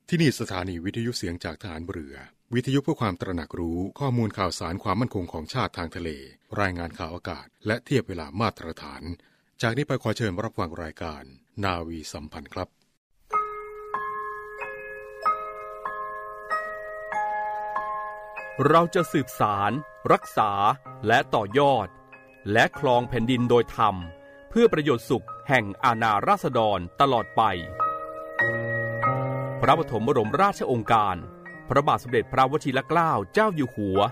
ที่นี่สถานีวิทยุเสียงจากทหารเรือวิทยุเพื่อความตระหนักรู้ข้อมูลข่าวสารความมั่นคงของชาติทางทะเลรายงานข่าวอากาศและเทียบเวลามาตรฐานจากนี้ไปขอเชิญรับฟังรายการนาวีสัมพันธ์ครับเราจะสืบสารรักษาและต่อยอดและครองแผ่นดินโดยธรรมเพื่อประโยชน์สุขแห่งอาณาราษฎรตลอดไปพระปฐมบรมราชโองการพระบาทสมเด็จพระวชิรเกล้าเจ้าอยู่หัว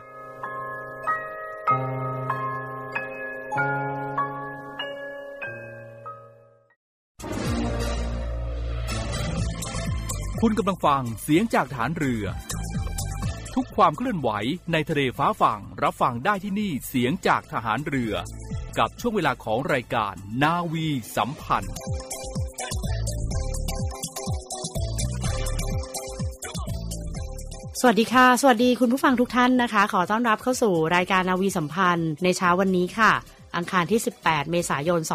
คุณกำลังฟังเสียงจากฐานเรือทุกความเคลื่อนไหวในทะเลฟ้าฝั่งรับฟังได้ที่นี่เสียงจากทหารเรือกับช่วงเวลาของรายการนาวีสัมพันธ์สวัสดีค่ะสวัสดีคุณผู้ฟังทุกท่านนะคะขอต้อนรับเข้าสู่รายการนาวีสัมพันธ์ในเช้าวันนี้ค่ะอังคารที่18เมษายน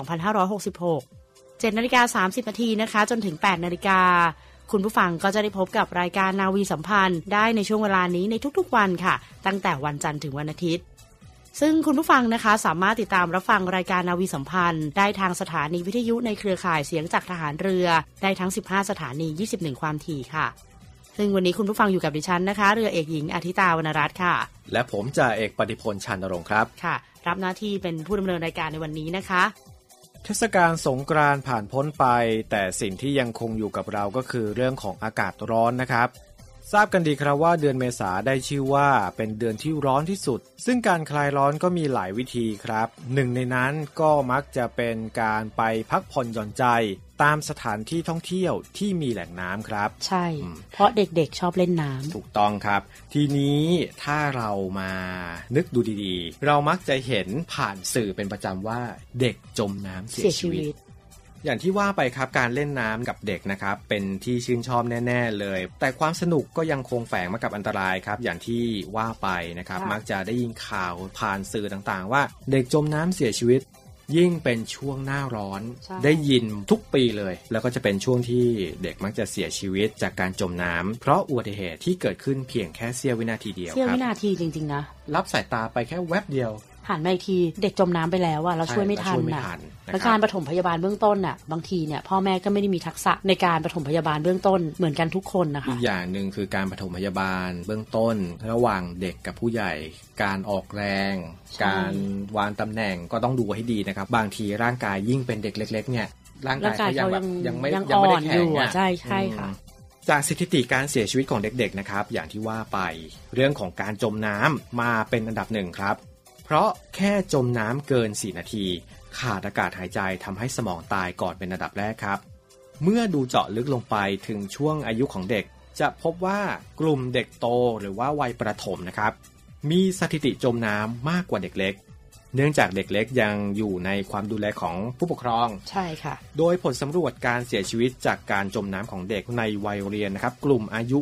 2566 7:30 น.นะคะจนถึง 8:00 น.คุณผู้ฟังก็จะได้พบกับรายการนาวีสัมพันธ์ได้ในช่วงเวลานี้ในทุกๆวันค่ะตั้งแต่วันจันทร์ถึงวันอาทิตย์ซึ่งคุณผู้ฟังนะคะสามารถติดตามรับฟังรายการนาวีสัมพันธ์ได้ทางสถานีวิทยุในเครือข่ายเสียงจากทหารเรือได้ทั้ง15สถานี21ความถี่ค่ะซึ่งวันนี้คุณผู้ฟังอยู่กับดิฉันนะคะเรือเอกหญิงอาทิตาวรรณรัตน์ค่ะและผมจ่าเอกปฏิพล ชานรงค์ครับค่ะรับหน้าที่เป็นผู้ดำเนินรายการในวันนี้นะคะเทศกาลสงกรานต์ผ่านพ้นไปแต่สิ่งที่ยังคงอยู่กับเราก็คือเรื่องของอากาศร้อนนะครับทราบกันดีครับว่าเดือนเมษาได้ชื่อว่าเป็นเดือนที่ร้อนที่สุดซึ่งการคลายร้อนก็มีหลายวิธีครับหนึ่งในนั้นก็มักจะเป็นการไปพักผ่อนหย่อนใจตามสถานที่ท่องเที่ยวที่มีแหล่งน้ำครับใช่เพราะเด็กๆชอบเล่นน้ำถูกต้องครับทีนี้ถ้าเรามานึกดูดีๆเรามักจะเห็นผ่านสื่อเป็นประจำว่าเด็กจมน้ำเสียชีวิตอย่างที่ว่าไปครับการเล่นน้ำกับเด็กนะครับเป็นที่ชื่นชอบแน่ๆเลยแต่ความสนุกก็ยังคงแฝงมากับอันตรายครับอย่างที่ว่าไปนะครับมักจะได้ยินข่าวผ่านสื่อต่างๆว่าเด็กจมน้ำเสียชีวิตยิ่งเป็นช่วงหน้าร้อนได้ยินทุกปีเลยแล้วก็จะเป็นช่วงที่เด็กมักจะเสียชีวิตจากการจมน้ำเพราะอุบัติเหตุที่เกิดขึ้นเพียงแค่เสี้ยววินาทีเดียวครับเสี้ยววินาทีจริงๆนะรับสายตาไปแค่แวบเดียวหันมาอีกทีเด็กจมน้ำไปแล้วอะเราช่วยไม่ทันนะและการปฐมพยาบาลเบื้องต้นน่ะบางทีเนี่ยพ่อแม่ก็ไม่ได้มีทักษะในการปฐมพยาบาลเบื้องต้นเหมือนกันทุกคนนะคะอีกอย่างนึงคือการปฐมพยาบาลเบื้องต้นระหว่างเด็กกับผู้ใหญ่การออกแรงการวางตำแหน่งก็ต้องดูให้ดีนะครับบางทีร่างกายยิ่งเป็นเด็กเล็กๆเนี่ยร่างกายเขายังไม่ได้แข็งใช่ใช่ค่ะจากสถิติการเสียชีวิตของเด็กๆนะครับอย่างที่ว่าไปเรื่องของการจมน้ำมาเป็นอันดับหนึ่งครับเพราะแค่จมน้ำเกิน4นาทีขาดอากาศหายใจทำให้สมองตายก่อนเป็นอันดับแรกครับเมื่อดูเจาะลึกลงไปถึงช่วงอายุของเด็กจะพบว่ากลุ่มเด็กโตหรือว่าวัยประถมนะครับมีสถิติจมน้ำมากกว่าเด็กเล็กเนื่องจากเด็กเล็กยังอยู่ในความดูแลของผู้ปกครองใช่ค่ะโดยผลสำรวจการเสียชีวิตจากการจมน้ำของเด็กในวัยเรียนนะครับกลุ่มอายุ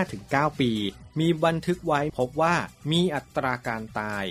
5-9 ปีมีบันทึกไว้พบว่ามีอัตราการตาย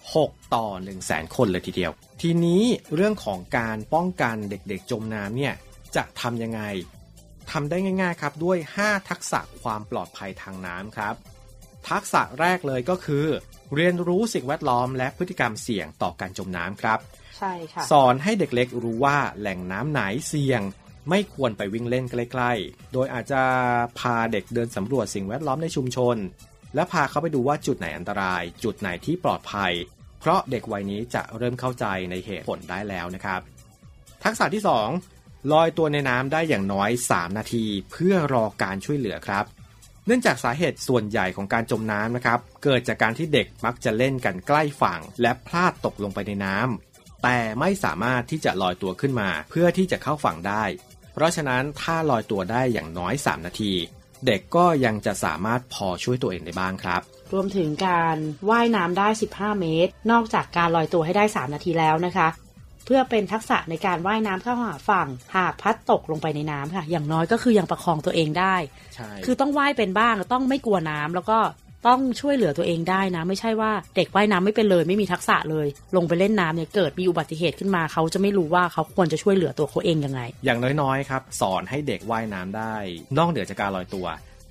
6 ต่อ 100,000 คนเลยทีเดียวทีนี้เรื่องของการป้องกันเด็กๆจมน้ำเนี่ยจะทำยังไงทำได้ง่ายๆครับด้วย5ทักษะความปลอดภัยทางน้ำครับทักษะแรกเลยก็คือเรียนรู้สิ่งแวดล้อมและพฤติกรรมเสี่ยงต่อการจมน้ำครับใช่ค่ะสอนให้เด็กเล็กรู้ว่าแหล่งน้ำไหนเสี่ยงไม่ควรไปวิ่งเล่นใกล้ๆโดยอาจจะพาเด็กเดินสำรวจสิ่งแวดล้อมในชุมชนและพาเขาไปดูว่าจุดไหนอันตรายจุดไหนที่ปลอดภัยเพราะเด็กวัยนี้จะเริ่มเข้าใจในเหตุผลได้แล้วนะครับทักษะที่2ลอยตัวในน้ำได้อย่างน้อย3นาทีเพื่อรอการช่วยเหลือครับเนื่องจากสาเหตุส่วนใหญ่ของการจมน้ำนะครับเกิดจากการที่เด็กมักจะเล่นกันใกล้ฝั่งและพลาดตกลงไปในน้ำแต่ไม่สามารถที่จะลอยตัวขึ้นมาเพื่อที่จะเข้าฝั่งได้เพราะฉะนั้นถ้าลอยตัวได้อย่างน้อย3นาทีเด็กก็ยังจะสามารถพอช่วยตัวเองได้บ้างครับรวมถึงการว่ายน้ำได้15เมตรนอกจากการลอยตัวให้ได้3นาทีแล้วนะคะเพื่อเป็นทักษะในการว่ายน้ำเข้าหาฝั่งหากพลัดตกลงไปในน้ำค่ะอย่างน้อยก็คือยังประคองตัวเองได้คือต้องว่ายเป็นบ้างต้องไม่กลัวน้ำแล้วก็ต้องช่วยเหลือตัวเองได้นะไม่ใช่ว่าเด็กว่ายน้ำไม่เป็นเลยไม่มีทักษะเลยลงไปเล่นน้ำเนี่ยเกิดมีอุบัติเหตุขึ้นมาเขาจะไม่รู้ว่าเขาควรจะช่วยเหลือตัวเขาเองยังไงอย่างน้อยๆครับสอนให้เด็กว่ายน้ำได้นอกเหนือจากการลอยตัว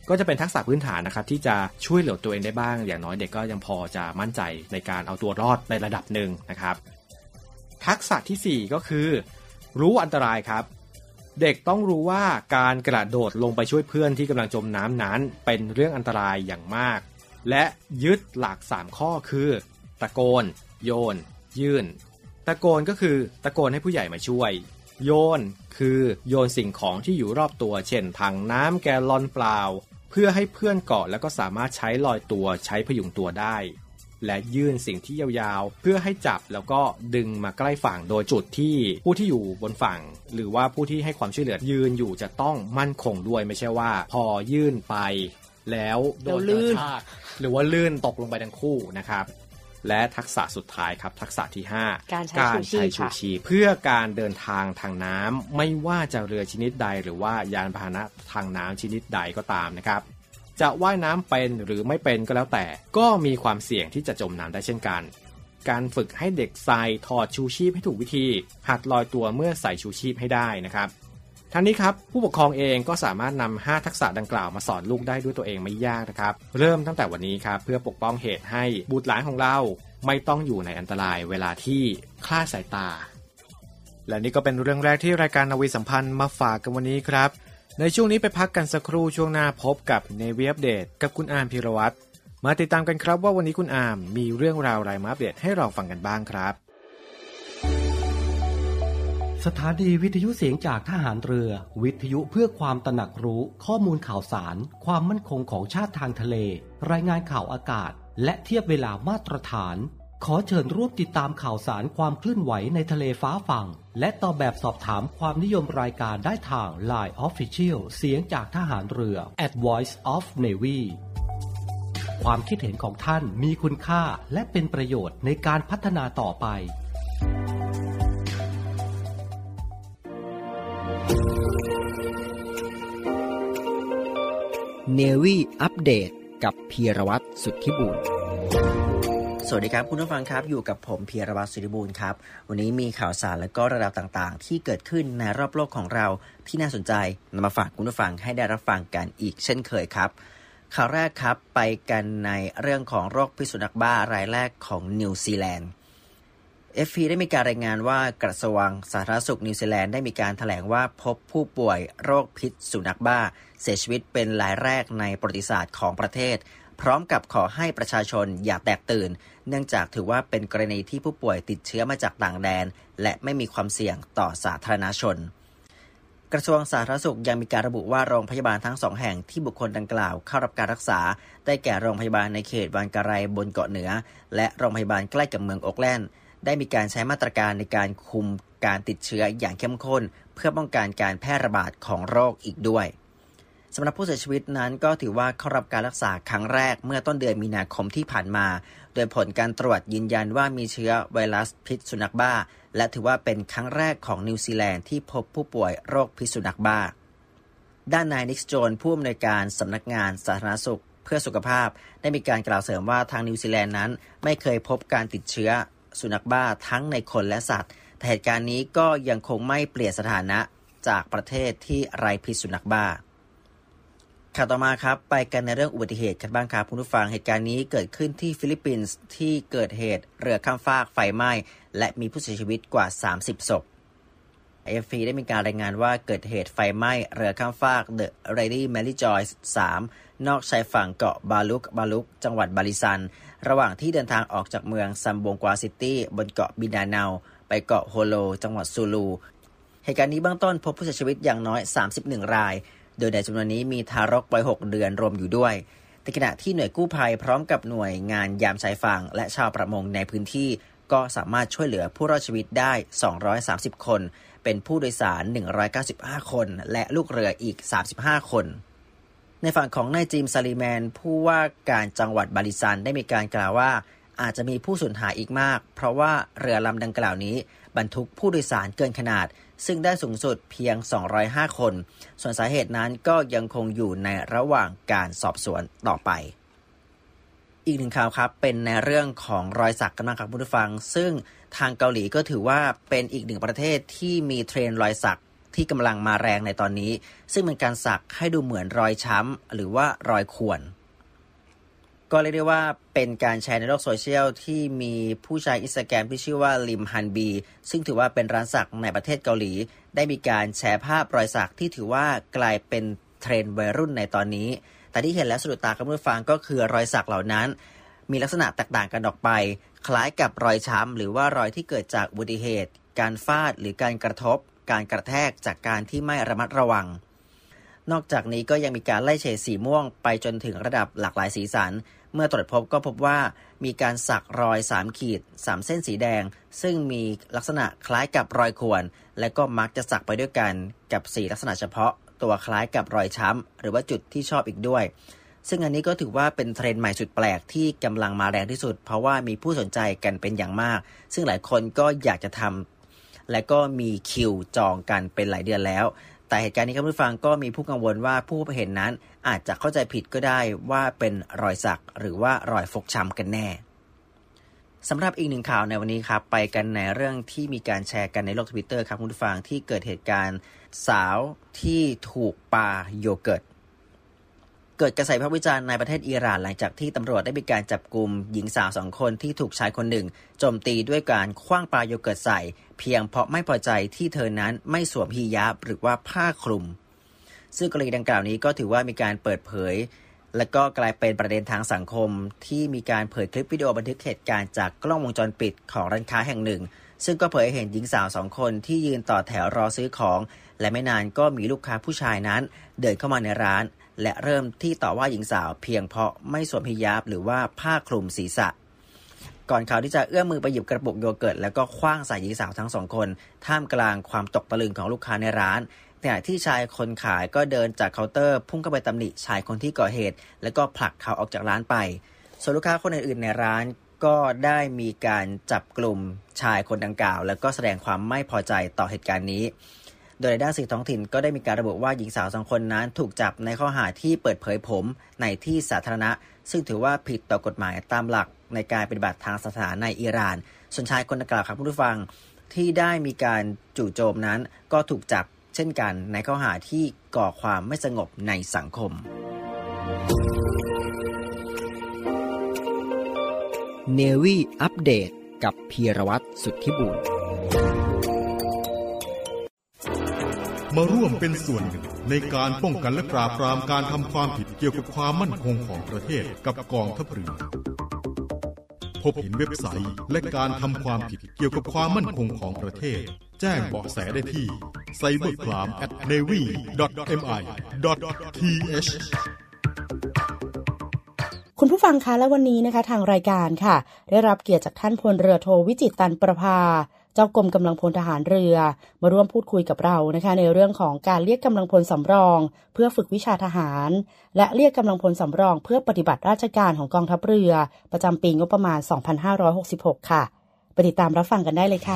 ก็จะเป็นทักษะพื้นฐานนะครับที่จะช่วยเหลือตัวเองได้บ้างอย่างน้อยเด็กก็ยังพอจะมั่นใจในการเอาตัวรอดในระดับหนึ่งนะครับทักษะที่4ก็คือรู้อันตรายครับเด็กต้องรู้ว่าการกระโดดลงไปช่วยเพื่อนที่กำลังจมน้ำนั้นเป็นเรื่องอันตรายอย่างมากและยึดหลัก3ข้อคือตะโกนโยนยื่นตะโกนก็คือตะโกนให้ผู้ใหญ่มาช่วยโยนคือโยนสิ่งของที่อยู่รอบตัวเช่นถังน้ำแกลลอนเปล่าเพื่อให้เพื่อนเกาะแล้วก็สามารถใช้ลอยตัวใช้พยุงตัวได้และยื่นสิ่งที่ยาวๆเพื่อให้จับแล้วก็ดึงมาใกล้ฝั่งโดยจุดที่ผู้ที่อยู่บนฝั่งหรือว่าผู้ที่ให้ความช่วยเหลือยืนอยู่จะต้องมั่นคงด้วยไม่ใช่ว่าพอยื่นไปแล้วโดนกระชากหรือว่าลื่นตกลงไปทั้งคู่นะครับและทักษะสุดท้ายครับทักษะที่5การใช้ชูชีพเพื่อการเดินทางทางน้ำไม่ว่าจะเรือชนิดใดหรือว่ายานพาหนะทางน้ำชนิดใดก็ตามนะครับจะว่ายน้ำเป็นหรือไม่เป็นก็แล้วแต่ก็มีความเสี่ยงที่จะจมน้ำได้เช่นกันการฝึกให้เด็กใส่ถอดชูชีพให้ถูกวิธีหัดลอยตัวเมื่อใส่ชูชีพให้ได้นะครับทั้งนี้ครับผู้ปกครองเองก็สามารถนำ5ทักษะดังกล่าวมาสอนลูกได้ด้วยตัวเองไม่ยากนะครับเริ่มตั้งแต่วันนี้ครับเพื่อปกป้องเหตุให้บุตรหลานของเราไม่ต้องอยู่ในอันตรายเวลาที่คลาดสายตาและนี่ก็เป็นเรื่องแรกที่รายการนาวีสัมพันธ์มาฝากกันวันนี้ครับในช่วงนี้ไปพักกันสักครู่ช่วงหน้าพบกับ Navy Update กับคุณอาร์มพีรวัตรมาติดตามกันครับว่าวันนี้คุณอาร์มมีเรื่องราวอะไรมาอัปเดตให้เราฟังกันบ้างครับสถานีวิทยุเสียงจากทหารเรือวิทยุเพื่อความตระหนักรู้ข้อมูลข่าวสารความมั่นคงของชาติทางทะเลรายงานข่าวอากาศและเทียบเวลามาตรฐานขอเชิญร่วมติดตามข่าวสารความเคลื่อนไหวในทะเลฟ้าฝั่งและตอบแบบสอบถามความนิยมรายการได้ทาง LINE Official เสียงจากทหารเรือ @Voice of Navy ความคิดเห็นของท่านมีคุณค่าและเป็นประโยชน์ในการพัฒนาต่อไป Navy อัปเดตกับพีรวัตรสุทธิบูรณ์สวัสดีครับคุณผู้ฟังครับอยู่กับผมพีรวัตรสุทธิบูรณ์ครับวันนี้มีข่าวสารและก็ระดับต่างๆที่เกิดขึ้นในรอบโลกของเราที่น่าสนใจนำมาฝากคุณผู้ฟังให้ได้รับฟังกันอีกเช่นเคยครับข่าวแรกครับไปกันในเรื่องของโรคพิษสุนัขบ้ารายแรกของนิวซีแลนด์FP ได้มีการรายงานว่ากระทรวงสาธารณสุขนิวซีแลนด์ได้มีการแถลงว่าพบผู้ป่วยโรคพิษสุนัขบ้าเสียชีวิตเป็นรายแรกในประวัติศาสตร์ของประเทศพร้อมกับขอให้ประชาชนอย่าแตกตื่นเนื่องจากถือว่าเป็นกรณีที่ผู้ป่วยติดเชื้อมาจากต่างแดนและไม่มีความเสี่ยงต่อสาธารณชนกระทรวงสาธารณสุขยังมีการระบุว่าโรงพยาบาลทั้ง2แห่งที่บุคคลดังกล่าวเข้ารับการรักษาได้แก่โรงพยาบาลในเขตวันการายบนเกาะเหนือและโรงพยาบาลใกล้กับเมืองโอ๊คแลนด์ได้มีการใช้มาตรการในการคุมการติดเชื้ออย่างเข้มข้นเพื่อป้องกันการแพร่ระบาดของโรคอีกด้วยสำหรับผู้เสียชีวิตนั้นก็ถือว่าเข้ารับการรักษาครั้งแรกเมื่อต้นเดือนมีนาคมที่ผ่านมาโดยผลการตรวจยืนยันว่ามีเชื้อไวรัสพิษสุนัขบ้าและถือว่าเป็นครั้งแรกของนิวซีแลนด์ที่พบผู้ป่วยโรคพิษสุนัขบ้าด้านนายนิกส์โจนผู้อำนวยการสำนักงานสาธารณสุขเพื่อสุขภาพได้มีการกล่าวเสริมว่าทางนิวซีแลนด์นั้นไม่เคยพบการติดเชื้อสุนัขบ้าทั้งในคนและสัตว์แต่เหตุการณ์นี้ก็ยังคงไม่เปลี่ยนสถานะจากประเทศที่ไร้พิษสุนัขบ้าข่าวต่อมาครับไปกันในเรื่องอุบัติเหตุกันบ้างครับคุณผู้ฟังเหตุการณ์นี้เกิดขึ้นที่ฟิลิปปินส์ที่เกิดเหตุเรือข้ามฟากไฟไหม้และมีผู้เสียชีวิตกว่า30ศพ AFP ได้มีการรายงานว่าเกิดเหตุไฟไหม้เรือข้ามฟาก The Lady Mary Joyce 3 นอกชายฝั่งเกาะบาลุกจังหวัดบาลิซันระหว่างที่เดินทางออกจากเมืองซัมบงกวาซิตี้บนเกาะบินดาเนาไปเกาะโฮโลจังหวัดซูลูเหตุการณ์นี้เบื้องต้นพบผู้เสียชีวิตอย่างน้อย31รายโดยในจำนวนนี้มีทารกวัย6เดือนรวมอยู่ด้วยในขณะที่หน่วยกู้ภัยพร้อมกับหน่วยงานยามชายฝั่งและชาวประมงในพื้นที่ก็สามารถช่วยเหลือผู้รอดชีวิตได้230คนเป็นผู้โดยสาร195คนและลูกเรืออีก35คนในฝั่งของนายจิมซาลีแมนผู้ว่าการจังหวัดบาลิซันได้มีการกล่าวว่าอาจจะมีผู้สูญหายอีกมากเพราะว่าเรือลำดังกล่าวนี้บรรทุกผู้โดยสารเกินขนาดซึ่งได้สูงสุดเพียง205คนส่วนสาเหตุนั้นก็ยังคงอยู่ในระหว่างการสอบสวนต่อไปอีกหนึ่งข่าวครับเป็นในเรื่องของรอยสักกันบ้างครับผู้ฟังซึ่งทางเกาหลีก็ถือว่าเป็นอีกหนึ่งประเทศที่มีเทรนด์รอยสักที่กำลังมาแรงในตอนนี้ซึ่งเป็นการสักให้ดูเหมือนรอยช้ำหรือว่ารอยข่วนก็เรียกได้ว่าเป็นการแชร์ในโลกโซเชียลที่มีผู้ใช้ Instagram ที่ชื่อว่าลิมฮันบีซึ่งถือว่าเป็นร้านสักในประเทศเกาหลีได้มีการแชร์ภาพรอยสักที่ถือว่ากลายเป็นเทรนด์วัยรุ่นในตอนนี้แต่ที่เห็นแล้วสะดุดตากับผู้ฟังก็คือรอยสักเหล่านั้นมีลักษณะแตกต่างกันออกไปคล้ายกับรอยช้ำหรือว่ารอยที่เกิดจากอุบัติเหตุการฟาดหรือการกระทบการกระแทกจากการที่ไม่ระมัดระวังนอกจากนี้ก็ยังมีการไล่เฉดสีม่วงไปจนถึงระดับหลากหลายสีสันเมื่อตรวจพบก็พบว่ามีการสักรอย3ขีด3เส้นสีแดงซึ่งมีลักษณะคล้ายกับรอยข่วนและก็มักจะสักไปด้วยกันกับสีลักษณะเฉพาะตัวคล้ายกับรอยช้ำหรือว่าจุดที่ชอบอีกด้วยซึ่งอันนี้ก็ถือว่าเป็นเทรนด์ใหม่สุดแปลกที่กำลังมาแรงที่สุดเพราะว่ามีผู้สนใจกันเป็นอย่างมากซึ่งหลายคนก็อยากจะทำและก็มีคิวจองกันเป็นหลายเดือนแล้วแต่เหตุการณ์นี้ครับผู้ฟังก็มีผู้กังวลว่าผู้พบเห็นนั้นอาจจะเข้าใจผิดก็ได้ว่าเป็นรอยสักหรือว่ารอยฟกช้ำกันแน่สำหรับอีกหนึ่งข่าวในวันนี้ครับไปกันในเรื่องที่มีการแชร์กันในโลก Twitter ครับคุณผู้ฟังที่เกิดเหตุการณ์สาวที่ถูกปาโยเกิร์ตเกิดกระแสวิพากษ์วิจารณ์ในประเทศอิหร่านหลังจากที่ตำรวจได้มีการจับกุมหญิงสาว2คนที่ถูกชายคนหนึ่งโจมตีด้วยการขว้างปาโยเกิร์ตใส่เพียงเพราะไม่พอใจที่เธอนั้นไม่สวมฮิญาบหรือว่าผ้าคลุมซึ่งกรณีดังกล่าวนี้ก็ถือว่ามีการเปิดเผยและก็กลายเป็นประเด็นทางสังคมที่มีการเผยคลิปวิดีโอบันทึกเหตุการณ์จากกล้องวงจรปิดของร้านค้าแห่งหนึ่งซึ่งก็เผยให้เห็นหญิงสาว2คนที่ยืนต่อแถวรอซื้อของและไม่นานก็มีลูกค้าผู้ชายนั้นเดินเข้ามาในร้านและเริ่มที่ต่อว่าหญิงสาวเพียงเพราะไม่สวมฮิญาบหรือว่าผ้าคลุมศีรษะก่อนเขาที่จะเอื้อมมือไปหยิบกระปุกโยเกิร์ตแล้วก็ขว้างใส่หญิงสาวทั้ง2คนท่ามกลางความตกตะลึงของลูกค้าในร้านขณะที่ชายคนขายก็เดินจากเคาน์เตอร์พุ่งเข้าไปตำหนิชายคนที่ก่อเหตุแล้วก็ผลักเขาออกจากร้านไปส่วนลูกค้าคนอื่นๆในร้านก็ได้มีการจับกลุ่มชายคนดังกล่าวแล้วก็แสดงความไม่พอใจต่อเหตุการณ์นี้โดยในด้านสื่อท้องถิ่นก็ได้มีการระบุว่าหญิงสาว2คนนั้นถูกจับในข้อหาที่เปิดเผยผมในที่สาธารณะซึ่งถือว่าผิดต่อกฎหมายตามหลักในการปฏิบัติทางศาสนาในอิหร่านส่วนชายคนดังกล่าวครับผู้ฟังที่ได้มีการจู่โจมนั้นก็ถูกจับเช่นกันในข้อหาที่ก่อความไม่สงบในสังคมเนวี่อัปเดตกับพีรวัตรสุทธิบุญมาร่วมเป็นส่วนหนึ่งในการป้องกันและปราบปรามการทำความผิดเกี่ยวกับความมั่นคงของประเทศกับกองทัพเรือพบเห็นเว็บไซต์และการทำความผิดเกี่ยวกับความมั่นคงของประเทศแจ้งเบาะแสได้ที่ cybercrime@navy.mi.th คุณผู้ฟังคะและวันนี้นะคะทางรายการค่ะได้รับเกียรติจากท่านพลเรือโทวิจิตรตันประภาเจ้ากรมกำลังพลทหารเรือมาร่วมพูดคุยกับเรานะคะในเรื่องของการเรียกกำลังพลสำรองเพื่อฝึกวิชาทหารและเรียกกำลังพลสำรองเพื่อปฏิบัติราชการของกองทัพเรือประจำปีงบประมาณ 2566 ค่ะไปติดตามรับฟังกันได้เลยค่ะ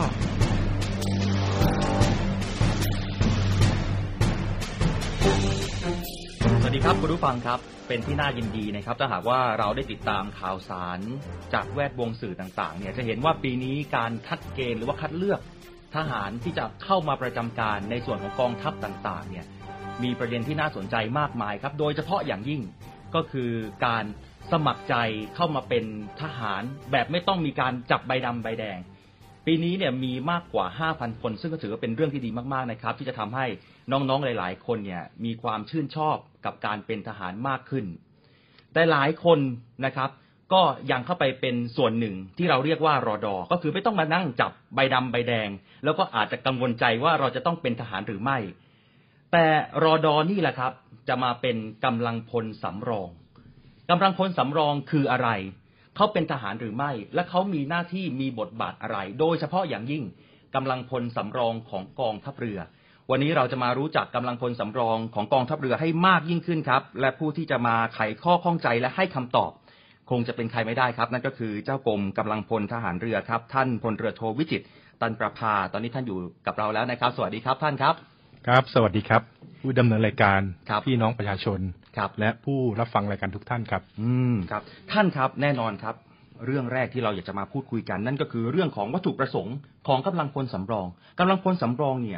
สวัสดีครับคุณผู้ฟังครับเป็นที่น่ายินดีนะครับถ้าหากว่าเราได้ติดตามข่าวสารจากแวดวงสื่อต่างๆเนี่ยจะเห็นว่าปีนี้การคัดเกณฑ์หรือว่าคัดเลือกทหารที่จะเข้ามาประจำการในส่วนของกองทัพต่างๆเนี่ยมีประเด็นที่น่าสนใจมากมายครับโดยเฉพาะอย่างยิ่งก็คือการสมัครใจเข้ามาเป็นทหารแบบไม่ต้องมีการจับใบดำใบแดงปีนี้เนี่ยมีมากกว่า 5,000 คนซึ่งก็ถือว่าเป็นเรื่องที่ดีมากๆนะครับที่จะทำให้น้องๆหลายๆคนเนี่ยมีความชื่นชอบกับการเป็นทหารมากขึ้นแต่หลายคนนะครับก็ยังเข้าไปเป็นส่วนหนึ่งที่เราเรียกว่ารด.ก็คือไม่ต้องมานั่งจับใบดำใบแดงแล้วก็อาจจะกังวลใจว่าเราจะต้องเป็นทหารหรือไม่แต่รด.นี่แหละครับจะมาเป็นกำลังพลสำรองกำลังพลสำรองคืออะไรเขาเป็นทหารหรือไม่และเขามีหน้าที่มีบทบาทอะไรโดยเฉพาะอย่างยิ่งกำลังพลสำรองของกองทัพเรือวันนี้เราจะมารู้จักกำลังพลสำรองของกองทัพเรือให้มากยิ่งขึ้นครับและผู้ที่จะมาไขข้อข้องใจและให้คำตอบคงจะเป็นใครไม่ได้ครับนั่นก็คือเจ้ากรมกำลังพลทหารเรือครับท่านพลเรือโทวิจิตรตันประภาตอนนี้ท่านอยู่กับเราแล้วนะครับสวัสดีครับท่านครับครับสวัสดีครับผู้ดำเนินรายการพี่น้องประชาชนและผู้รับฟังรายการทุกท่านครับครับท่านครับแน่นอนครับเรื่องแรกที่เราอยากจะมาพูดคุยกันนั่นก็คือเรื่องของวัตถุประสงค์ของกำลังพลสำรองกำลังพลสำรองเนี่ย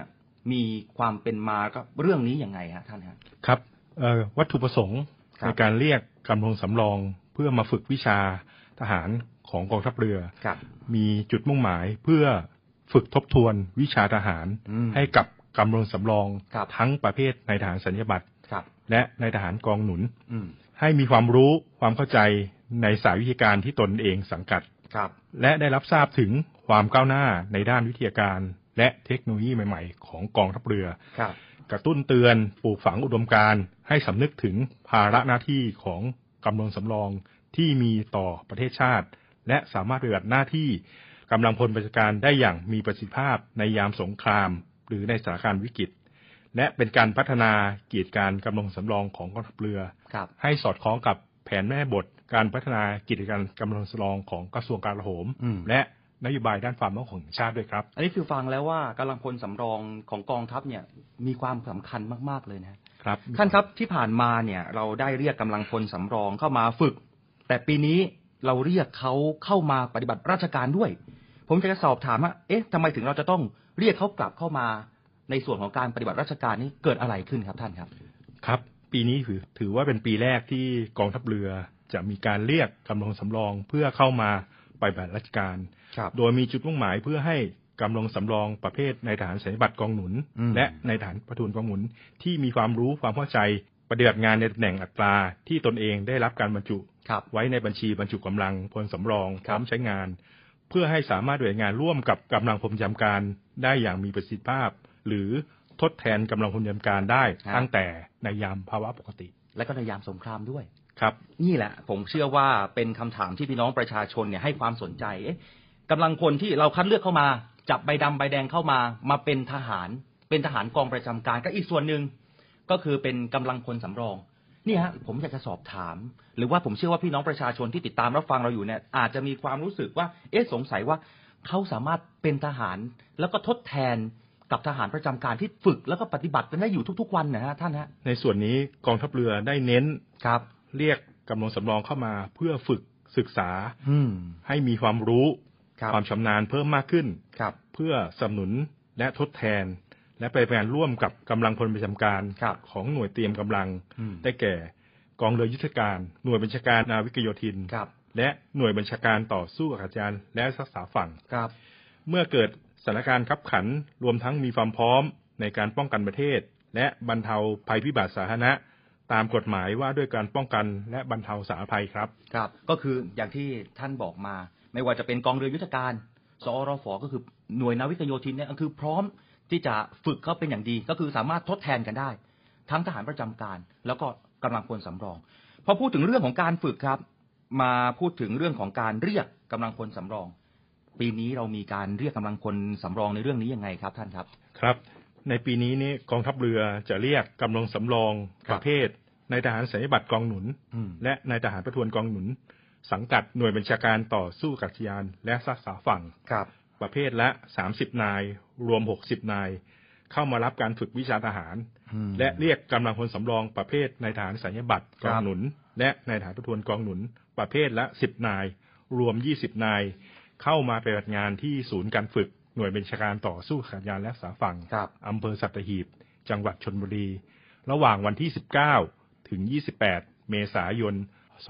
มีความเป็นมากับเรื่องนี้ยังไงฮะท่านครับครับวัตถุประสงค์ในการเรียกกำลังสำรองเพื่อมาฝึกวิชาทหารของกองทัพเรือมีจุดมุ่งหมายเพื่อฝึกทบทวนวิชาทหารให้กับกำลังสำรองทั้งประเภทนายทหารสัญญาบัตรและนายทหารกองหนุนให้มีความรู้ความเข้าใจในสายวิทยาการที่ตนเองสังกัดและได้รับทราบถึงความก้าวหน้าในด้านวิทยาการและเทคโนโลยีใหม่ๆของกองทัพเรือกระตุ้นเตือนปลูกฝังอุดมการณ์ให้สำนึกถึงภาระหน้าที่ของกำลังสำรองที่มีต่อประเทศชาติและสามารถปฏิบัติหน้าที่กำลังพลประชาการได้อย่างมีประสิทธิภาพในยามสงครามหรือในสถานการณ์วิกฤตและเป็นการพัฒนากิจการกำลังสำรองของกองทัพเรือให้สอดคล้องกับแผนแม่บทการพัฒนากิจการกำลังสำรองของกระทรวงกลาโหมและนโยบายด้านความมั่นคงแห่งชาติด้วยครับอันนี้คือฟังแล้วว่ากำลังพลสำรองของกองทัพเนี่ยมีความสำคัญมากๆเลยนะครับท่านครับที่ผ่านมาเนี่ยเราได้เรียกกำลังพลสำรองเข้ามาฝึกแต่ปีนี้เราเรียกเขาเข้ามาปฏิบัติราชการด้วยผมจะสอบถามว่าทำไมถึงเราจะต้องเรียกเขากลับเข้ามาในส่วนของการปฏิบัติราชการนี้เกิดอะไรขึ้นครับท่านครับครับปีนี้ถือว่าเป็นปีแรกที่กองทัพเรือจะมีการเรียกกำลังสำรองเพื่อเข้ามาปฏิบัติราชการโดยมีจุดมุ่งหมายเพื่อให้กำลังสำรองประเภทนายทหารสัญญาบัตรกองหนุนและนายทหารประทวนกองหนุนที่มีความรู้ความเข้าใจปฏิบัติงานในตำแหน่งอัตราที่ตนเองได้รับการบรรจุไว้ในบัญชีบรรจุกำลังพลสำรองพร้อมใช้งานเพื่อให้สามารถปฏิบัติงานร่วมกับกำลังพลประจำการได้อย่างมีประสิทธิภาพหรือทดแทนกำลังพลประจำการได้ตั้งแต่ในยามภาวะปกติและก็ในยามสงครามด้วยครับนี่แหละผมเชื่อว่าเป็นคำถามที่พี่น้องประชาชนเนี่ยให้ความสนใจกำลังพลที่เราคัดเลือกเข้ามาจับใบดำใบแดงเข้ามาเป็นทหารกองประจำการก็อีกส่วนหนึ่งก็คือเป็นกำลังพลสำรองนี่ฮะผมอยากจะสอบถามหรือว่าผมเชื่อว่าพี่น้องประชาชนที่ติดตามรับฟังเราอยู่เนี่ยอาจจะมีความรู้สึกว่าสงสัยว่าเขาสามารถเป็นทหารแล้วก็ทดแทนกับทหารประจำการที่ฝึกแล้วก็ปฏิบัติกันได้อยู่ทุกๆวันนะฮะท่านฮะในส่วนนี้กองทัพเรือได้เน้นเรียกกำลังสำรองเข้ามาเพื่อฝึกศึกษาให้มีความรู้ความชำนาญเพิ่มมากขึ้นเพื่อสนับสนุนและทดแทนและไปงานร่วมกับกำลังพลประจำการของหน่วยเตรียมกำลังได้แก่กองเรือยุทธการหน่วยบัญชาการนาวิกโยธินและหน่วยบัญชาการต่อสู้อากาศยานและรักษาฝั่งเมื่อเกิดสถานการณ์ขับขันรวมทั้งมีความพร้อมในการป้องกันประเทศและบรรเทาภัยพิบัติสาธารณะตามกฎหมายว่าด้วยการป้องกันและบรรเทาสาธารณภัยครับก็คืออย่างที่ท่านบอกมาไม่ว่าจะเป็นกองเรือยุทธการสอรฝก็คือหน่วยนาวิกโยธินเนี่ยคือพร้อมที่จะฝึกเขาเป็นอย่างดีก็คือสามารถทดแทนกันได้ทั้งทหารประจำการแล้วก็กำลังพลสำรองพอพูดถึงเรื่องของการฝึกครับมาพูดถึงเรื่องของการเรียกกำลังพลสำรองปีนี้เรามีการเรียกกำลังพลสำรองในเรื่องนี้ยังไงครับท่านครับครับในปีนี้นี่กองทัพเรือจะเรียกกำลังสำรองประเภทนายทหารสัญญาบัตรกองหนุนและนายทหารประทวนกองหนุนสังกัดหน่วยบัญชาการต่อสู้อากาศยานและรักษาฝั่งประเภทละ30นายรวม60นายเข้ามารับการฝึกวิชาทหารและเรียกกำลังพลสำรองประเภทนายทหารสัญญาบัตรกองหนุนและนายทหารประทวนกองหนุนประเภทละ10นายรวม20นายเข้ามาปฏิบัติงานที่ศูนย์การฝึกหน่วยบัญชาการต่อสู้อากาศยานและรักษาฝั่งอำเภอสัตหีบจังหวัดชลบุรีระหว่างวันที่19ถึง28เมษายน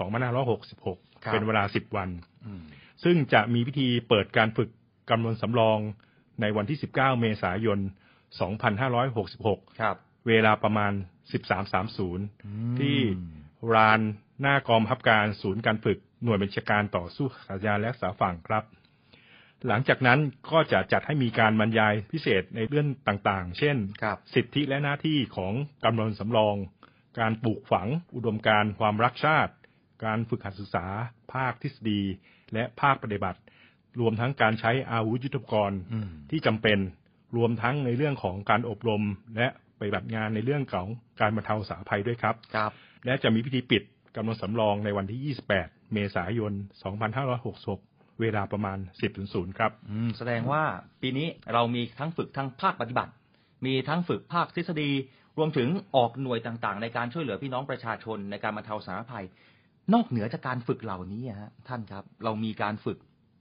2566เป็นเวลา10วันซึ่งจะมีพิธีเปิดการฝึกกำลังสำรองในวันที่19เมษายน2566เวลาประมาณ 13:30 ที่ลานหน้ากองบังคับการศูนย์การฝึกหน่วยบัญชาการต่อสู้อากาศยานและรักษาฝั่งครับหลังจากนั้นก็จะจัดให้มีการบรรยายพิเศษในเรื่องต่างๆเช่นสิทธิและหน้าที่ของกำลังสำรองการปลูกฝังอุดมการณ์ความรักชาติการฝึกหัดศึกษาภาคทฤษฎีและภาคปฏิบัติรวมทั้งการใช้อาวุธยุทโธปกรณ์ที่จำเป็นรวมทั้งในเรื่องของการอบรมและปฏิบัติงานในเรื่องของการบรรเทาสาธารณภัยด้วยครับและจะมีพิธีปิดกำลังสำรองในวันที่28เมษายน2566เวลาประมาณ 10:00 ครับแสดงว่าปีนี้เรามีทั้งฝึกทั้งภาคปฏิบัติมีทั้งฝึกภาคทฤษฎีรวมถึงออกหน่วยต่างๆในการช่วยเหลือพี่น้องประชาชนในการบรรเทาสาธารณภัยนอกเหนือจากการฝึกเหล่านี้ฮะท่านครับเรามีการฝึก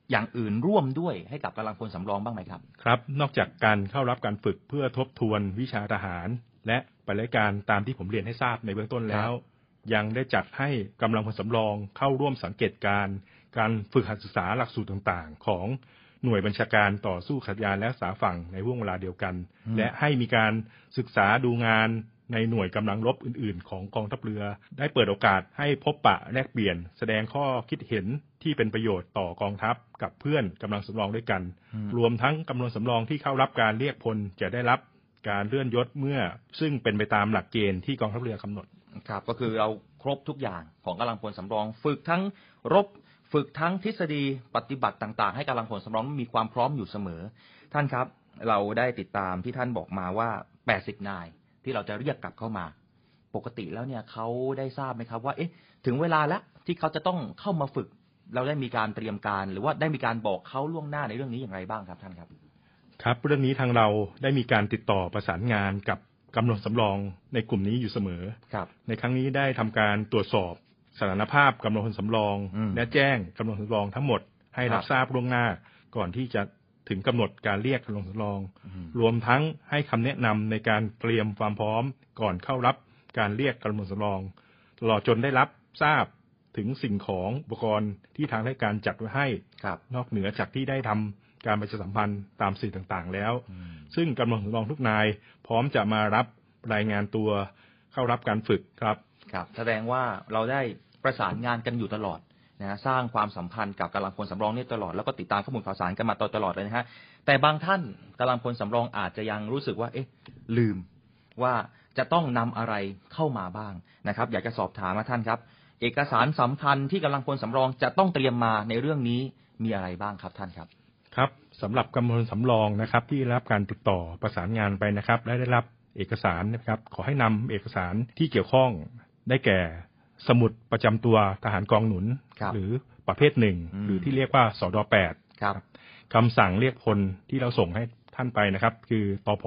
อย่างอื่นร่วมด้วยให้กับกำลังพลสำรองบ้างไหมครับครับนอกจากการเข้ารับการฝึกเพื่อทบทวนวิชาทหารและปฏิบัติการตามที่ผมเรียนให้ทราบในเบื้องต้นแล้วยังได้จัดให้กำลังพลสำรองเข้าร่วมสังเกตการฝึกหัดศึกษาหลักสูตรต่างๆของหน่วยบัญชาการต่อสู้ขัดยานและรักษาฝั่งในห่วงเวลาเดียวกันและให้มีการศึกษาดูงานในหน่วยกำลังรบอื่นๆของกองทัพเรือได้เปิดโอกาสให้พบปะแลกเปลี่ยนแสดงข้อคิดเห็นที่เป็นประโยชน์ต่อกองทัพกับเพื่อนกำลังสำรองด้วยกันรวมทั้งกำลังสำรองที่เข้ารับการเรียกพลจะได้รับการเลื่อนยศเมื่อซึ่งเป็นไปตามหลักเกณฑ์ที่กองทัพเรือกำหนดครับก็คือเราครบทุกอย่างของกำลังพลสำรองฝึกทั้งรบฝึกทั้งทฤษฎีปฏิบัติต่างๆให้กำลังพลสำรองมีความพร้อมอยู่เสมอท่านครับเราได้ติดตามที่ท่านบอกมาว่า80นายที่เราจะเรียกกลับเข้ามาปกติแล้วเนี่ยเขาได้ทราบไหมครับว่าถึงเวลาแล้วที่เขาจะต้องเข้ามาฝึกเราได้มีการเตรียมการหรือว่าได้มีการบอกเขาล่วงหน้าในเรื่องนี้อย่างไรบ้างครับท่านครับครับเรื่องนี้ทางเราได้มีการติดต่อประสานงานกับกำลังสำรองในกลุ่มนี้อยู่เสมอในครั้งนี้ได้ทำการตรวจสอบสถานภาพกำลังพลสำรองและแจ้งกำลังพลสำรองทั้งหมดให้รับทราบล่วงหน้าก่อนที่จะถึงกำหนดการเรียกกำลังสำรองรวมทั้งให้คำแนะนำในการเตรียมความพร้อมก่อนเข้ารับการเรียกกำลังสำรองตลอดจนได้รับทราบถึงสิ่งของอุปกรณ์ที่ทางราชการจัดไว้ให้นอกเหนือจากที่ได้ทำการประชาสัมพันธ์ตามสื่อต่างๆแล้วซึ่งกำลังสำรองทุกนายพร้อมจะมารับรายงานตัวเข้ารับการฝึกครับแสดงว่าเราได้ประสานงานกันอยู่ตลอดนะสร้างความสัมพันธ์กับกำลังพลสำรองนี่ตลอดแล้วก็ติดตามข้อมูลข่าวสารกันมาตลอดเลยนะฮะแต่บางท่านกำลังพลสำรองอาจจะยังรู้สึกว่าลืมว่าจะต้องนำอะไรเข้ามาบ้างนะครับอยากจะสอบถามท่านครับเอกสารสำคัญที่กำลังพลสำรองจะต้องเตรียมมาในเรื่องนี้มีอะไรบ้างครับท่านครับครับสำหรับกำลังพลสำรองนะครับที่รับการติดต่อประสานงานไปนะครับและได้รับเอกสารนะครับขอให้นำเอกสารที่เกี่ยวข้องได้แก่สมุดประจำตัวทหารกองหนุนหรือประเภทหนึ่งหรือที่เรียกว่าสด.8คำสั่งเรียกพลที่เราส่งให้ท่านไปนะครับคือตผ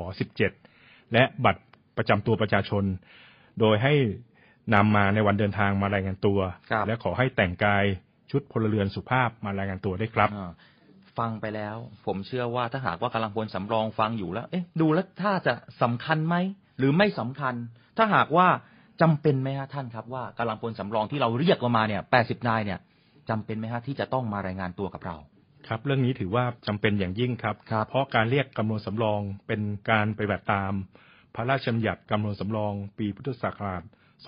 17และบัตรประจำตัวประชาชนโดยให้นำมาในวันเดินทางมารายงานตัวและขอให้แต่งกายชุดพลเรือนสุภาพมารายงานตัวได้ครับฟังไปแล้วผมเชื่อว่าถ้าหากว่ากำลังพลสำรองฟังอยู่แล้วดูแล้วถ้าจะสำคัญไหมหรือไม่สำคัญถ้าหากว่าจำเป็นไหมฮะท่านครับว่ากำลังพลสำรองที่เราเรียกมาเนี่ย80นายเนี่ยจำเป็นไหมฮะที่จะต้องมารายงานตัวกับเราครับเรื่องนี้ถือว่าจำเป็นอย่างยิ่งครับเพราะการเรียกกำลังสำรองเป็นการปฏิบัติตามพระราชบัญญัติกำลังสำรองปีพุทธศักราช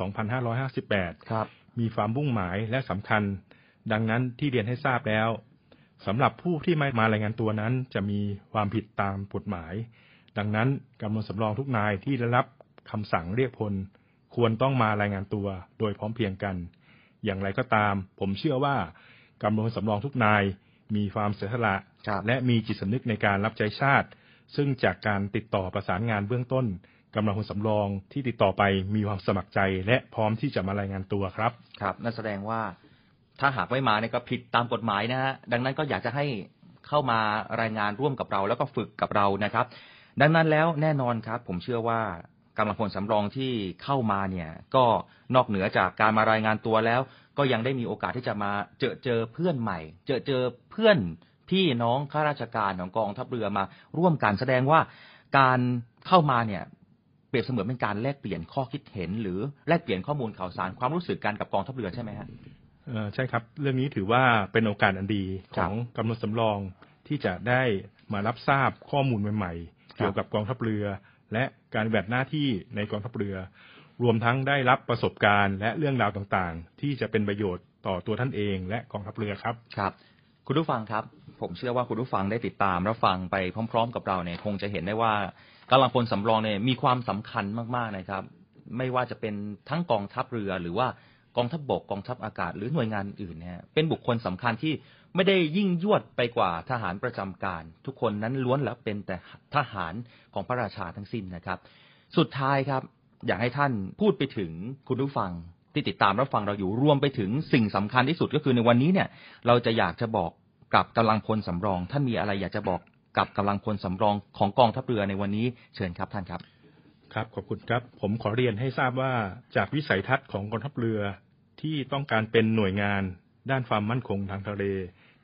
2558มีความมุ่งหมายและสำคัญดังนั้นที่เรียนให้ทราบแล้วสำหรับผู้ที่ไม่มารายงานตัวนั้นจะมีความผิดตามกฎหมายดังนั้นกำลังสำรองทุกนายที่ได้รับคำสั่งเรียกพลควรต้องมารายงานตัวโดยพร้อมเพรียงกันอย่างไรก็ตามผมเชื่อว่ากำลังสำรองทุกนายมีความเสียสละและมีจิตสำนึกในการรับใช้ชาติซึ่งจากการติดต่อประสานงานเบื้องต้นกำลังพลสำรองที่ติดต่อไปมีความสมัครใจและพร้อมที่จะมารายงานตัวครับนั่นแสดงว่าถ้าหากไม่มาเนี่ยก็ผิดตามกฎหมายนะฮะดังนั้นก็อยากจะให้เข้ามารายงานร่วมกับเราแล้วก็ฝึกกับเรานะครับดังนั้นแล้วแน่นอนครับผมเชื่อว่ากำลังพลสำรองที่เข้ามาเนี่ยก็นอกเหนือจากการมารายงานตัวแล้วก็ยังได้มีโอกาสที่จะมาเจอเพื่อนใหม่เจอเพื่อนพี่น้องข้าราชการของกองทัพเรือมาร่วมกันแสดงว่าการเข้ามาเนี่ยเปรียบเสมือนเป็นการแลกเปลี่ยนข้อคิดเห็นหรือแลกเปลี่ยนข้อมูลข่าวสารความรู้สึกกันกับกองทัพเรือใช่ไหมฮะใช่ครับเรื่องนี้ถือว่าเป็นโอกาสอันดีของกำลังสำรองที่จะได้มารับทราบข้อมูลใหม่ๆเกี่ยวกับกองทัพเรือและการปฏิบัติหน้าที่ในกองทัพเรือรวมทั้งได้รับประสบการณ์และเรื่องราวต่างๆที่จะเป็นประโยชน์ต่อตัวท่านเองและกองทัพเรือครับคุณผู้ฟังครับผมเชื่อว่าคุณผู้ฟังได้ติดตามรับฟังไปพร้อมๆกับเราเนี่ยคงจะเห็นได้ว่ากำลังพลสำรองเนี่ยมีความสำคัญมากๆนะครับไม่ว่าจะเป็นทั้งกองทัพเรือหรือว่ากองทัพบกกองทัพอากาศหรือหน่วยงานอื่นเนี่ยเป็นบุคคลสำคัญที่ไม่ได้ยิ่งยวดไปกว่าทหารประจำการทุกคนนั้นล้วนแล้วเป็นแต่ทหารของพระราชาทั้งสิ้นนะครับสุดท้ายครับอยากให้ท่านพูดไปถึงคุณผู้ฟังที่ติดตามรับฟังเราอยู่รวมไปถึงสิ่งสำคัญที่สุดก็คือในวันนี้เนี่ยเราจะอยากจะบอกกับกำลังพลสำรองท่านมีอะไรอยากจะบอกกับกำลังพลสำรองของกองทัพเรือในวันนี้เชิญครับท่านครับครับขอบคุณครับผมขอเรียนให้ทราบว่าจากวิสัยทัศน์ของกองทัพเรือที่ต้องการเป็นหน่วยงานด้านความมั่นคงทางทะเล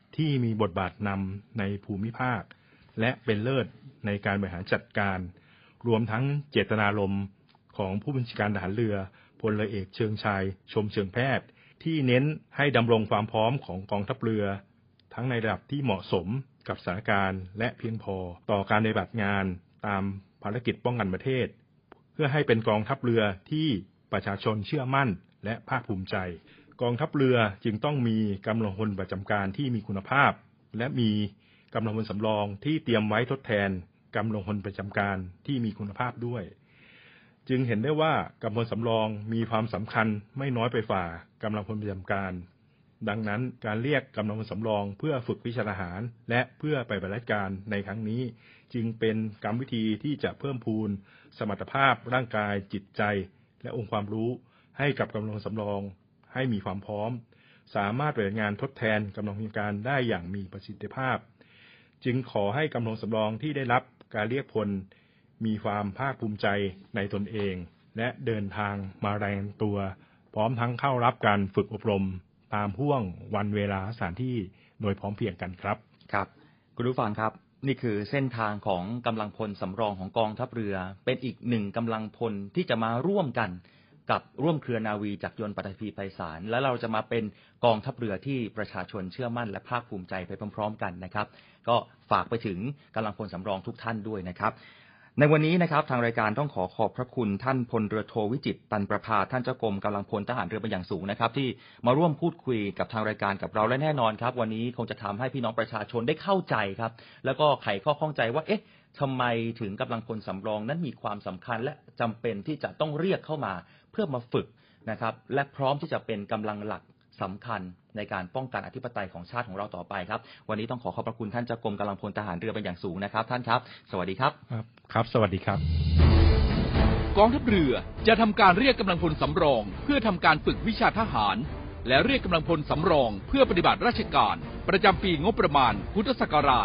ที่มีบทบาทนำในภูมิภาคและเป็นเลิศในการบริหารจัดการรวมทั้งเจตนารมณ์ของผู้บัญชาการทหารเรือพลเรือเอกเชิงชายชมเชิงแพทย์ที่เน้นให้ดำรงความพร้อมของกองทัพเรือทั้งในระดับที่เหมาะสมกับสถานการณ์และเพียงพอต่อการปฏิบัติงานตามภารกิจป้องกันประเทศเพื่อให้เป็นกองทัพเรือที่ประชาชนเชื่อมั่นและภาคภูมิใจกองทัพเรือจึงต้องมีกำลังพลประจำการที่มีคุณภาพและมีกำลังพลสำรองที่เตรียมไว้ทดแทนกำลังพลประจำการที่มีคุณภาพด้วยจึงเห็นได้ว่ากำลังพลสำรองมีความสำคัญไม่น้อยไปฝ่ากำลังพลประจำการดังนั้นการเรียกกำลังพลสำรองเพื่อฝึกวิชาทหารและเพื่อไปปฏิบัติการในครั้งนี้จึงเป็นกรรมวิธีที่จะเพิ่มพูนสมรรถภาพร่างกายจิตใจและองค์ความรู้ให้กับกำลังพลสำรองให้มีความพร้อมสามารถปฏิบัติงานทดแทนกำลังพลการได้อย่างมีประสิทธิภาพจึงขอให้กำลังสำรองที่ได้รับการเรียกพลมีความภาคภูมิใจในตนเองและเดินทางมารายงานตัวพร้อมทั้งเข้ารับการฝึกอบรมตามห่วงวันเวลาสถานที่โดยพร้อมเพรียงกันครับครับคุณผู้ฟังครับนี่คือเส้นทางของกำลังพลสำรองของกองทัพเรือเป็นอีกหนึ่งกำลังพลที่จะมาร่วมกันกับร่วมเครือนาวีจักรยนต์ปัตภีไพศาลและเราจะมาเป็นกองทัพเรือที่ประชาชนเชื่อมั่นและภาคภูมิใจไปพร้อมๆกันนะครับก็ฝากไปถึงกำลังพลสำรองทุกท่านด้วยนะครับในวันนี้นะครับทางรายการต้องขอบพระคุณท่านพลเรือโทวิจิตรตันประภาท่านเจ้ากรมกำลังพลทหารเรือเป็นอย่างสูงนะครับที่มาร่วมพูดคุยกับทางรายการกับเราและแน่นอนครับวันนี้คงจะทำให้พี่น้องประชาชนได้เข้าใจครับแล้วก็ไขข้อข้องใจว่าทำไมถึงกำลังพลสำรองนั้นมีความสำคัญและจำเป็นที่จะต้องเรียกเข้ามาเพื่อมาฝึกนะครับและพร้อมที่จะเป็นกำลังหลักสำคัญในการป้องกันอธิปไตยของชาติของเราต่อไปครับวันนี้ต้องขอบพระคุณท่านเจ้ากรมกำลังพลทหารเรือเป็นอย่างสูงนะครับท่านครับสวัสดีครับครับสวัสดีครับกองทัพเรือจะทำการเรียกกำลังพลสำรองเพื่อทำการฝึกวิชาทหารและเรียกกำลังพลสำรองเพื่อปฏิบัติราชการประจำปีงบประมาณพุทธศักราช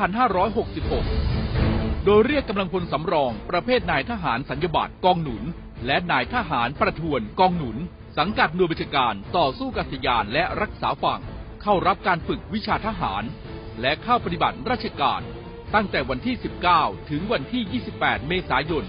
2566 โดยเรียกกำลังพลสำรองประเภทนายทหารสัญญาบัตรกองหนุนและนายทหารประทวนกองหนุนสังกัดหน่วยบัญชาการต่อสู้กัษยานและรักษาฝั่งเข้ารับการฝึกวิชาทหารและเข้าปฏิบัติราชการตั้งแต่วันที่ 19 ถึงวันที่ 28 เมษายน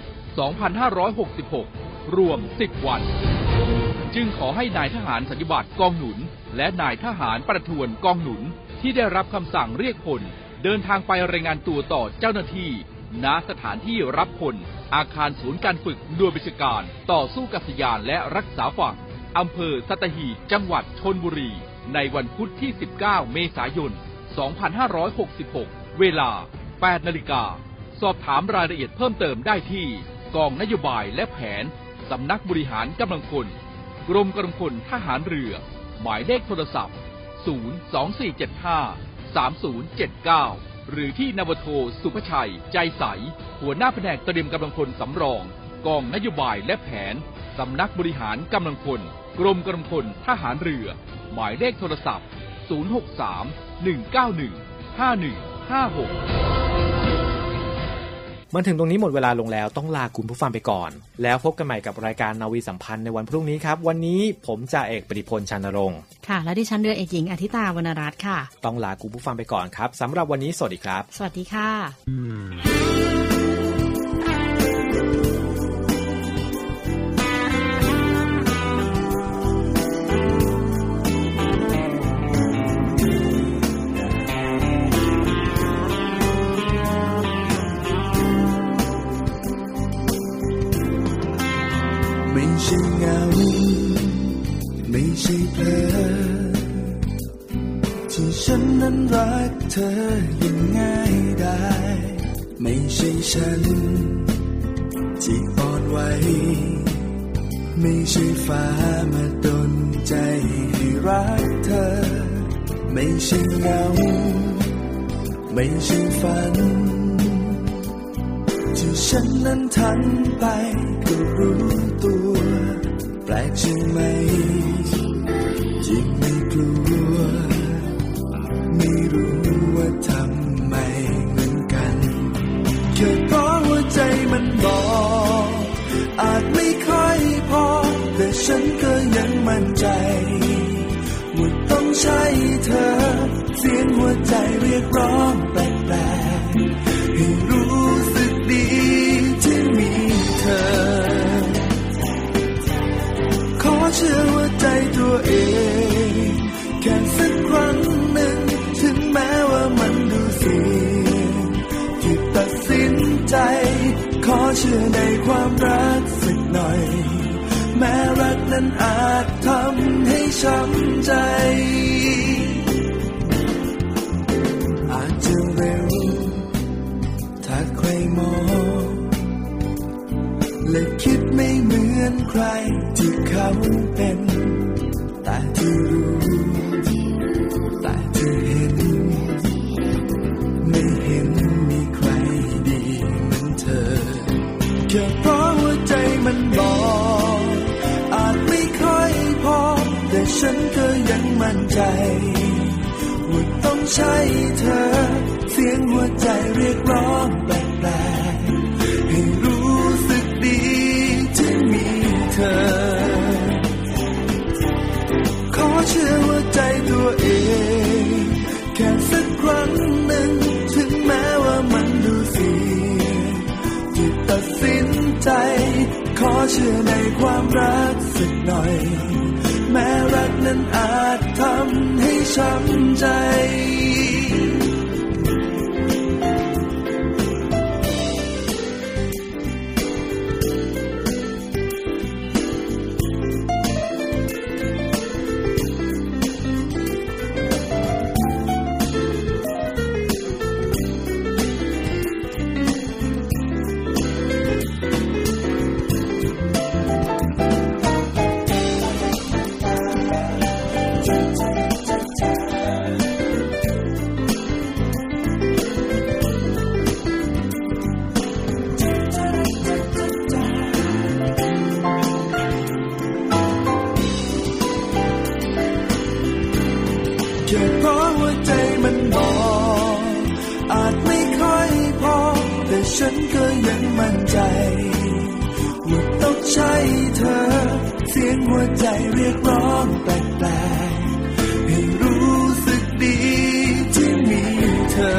2566 รวม 10 วันจึงขอให้นายทหารสัญญาบัตรกองหนุนและนายทหารประทวนกองหนุนที่ได้รับคำสั่งเรียกพลเดินทางไปรายงานตัวต่อเจ้าหน้าที่ณสถานที่รับพลอาคารศูนย์การฝึกหน่วยบัญชาการต่อสู้กัษยานและรักษาฝั่งอำเภอสัตหีบจังหวัดชลบุรีในวันพุธที่ 19 เมษายน 2566 เวลา 8 นาฬิกาสอบถามรายละเอียดเพิ่มเติมได้ที่กองนโยบายและแผนสำนักบริหารกำลังพลกรมกำลังพลทหารเรือหมายเลขโทรศัพท์ 024753079 หรือที่นาวโทสุภชัยใจใสหัวหน้าแผนกเตรียมกำลังพลสำรองกองนโยบายและแผนสำนักบริหารกำลังพลกรมกำลังพลทหารเรือหมายเลขโทรศัพท์ 063-191-5156 มาถึงตรงนี้หมดเวลาลงแล้วต้องลาคุณผู้ฟังไปก่อนแล้วพบกันใหม่กับรายการนาวีสัมพันธ์ในวันพรุ่งนี้ครับวันนี้ผมจ่าเอกปฏิพลชานรงค์ค่ะและดิฉันเรือเอกหญิงอธิตาวรรณรัตน์ค่ะต้องลาคุณผู้ฟังไปก่อนครับสำหรับวันนี้สวัสดีครับสวัสดีค่ะไม่ใช่เหงาไม่ใช่เพลอที่ฉันนั้นรักเธออย่างง่ายได้ไม่ใช่ฉันที่อ่อนไหวไม่ใช่ฟ้ามาดลใจให้รักเธอไม่ใช่เหงาไม่ใช่ฝันที่ฉันนั้นทำไปก็รู้ตัวแปลกใช่ไหมที่ไม่กลัวไม่รู้ว่าทำไมเหมือนกันแค่เพราะหัวใจมันบอกอาจไม่ค่อยพอแต่ฉันก็ยังมั่นใจว่าต้องใช่เธอเสียงหัววใจเรียกร้องแปลกๆให้รู้สึกดีที่มีเธอขอเชื่อหัวใจตัวเองแค่สักครั้งหนึ่งถึงแม้ว่ามันดูเสี่ยงที่ตัดสินใจขอเชื่อในความรักสักหน่อยแม้รักนั้นอาจทำให้ช้ำใจอาจจะเร็วถ้าใครมองและคิดไม่เหมือนใครที่เขาเป็นแต่ที่รู้แต่ที่เห็นไม่เห็นมีใครดีเหมือนเธอแค่เพราะหัวใจมันบอกอาจไม่ค่อยพอแต่ฉันก็ยังมั่นใจว่าต้องใช่เธอเสียงหัวใจเรียกร้องแปลกๆให้รู้สึกดีที่มีเธอขอเชื่อหัวใจตัวเองแค่สักครั้งหนึ่งถึงแม้ว่ามันดูเสี่ยงที่ตัดสินใจขอเชื่อในความรักสักหน่อยแม้รักนั้นอาจทำให้ช้ำใจแค่เพราะหัวใจมันบอกอาจไม่ค่อยพอแต่ฉันก็ยังมั่นใจว่าต้องใช่เธอเสียงหัวใจเรียกร้องแปลกๆให้รู้สึกดีที่มีเธอ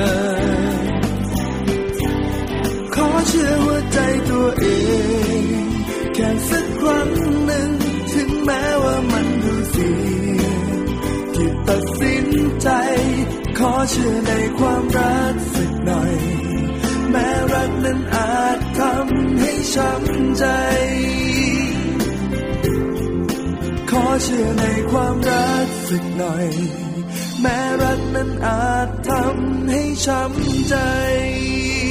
ขอเชื่อหัวใจตัวเองแค่สักครั้งหนึ่งถึงแม้ว่ามันดูเสี่ยงที่ตัดสินใจขอเชื่อในความรักสักหน่อยแม้รักนั้นอาจทำให้ช้ำใจขอเชื่อในความรักสักหน่อยแม้รักนั้นอาจทำให้ช้ำใจ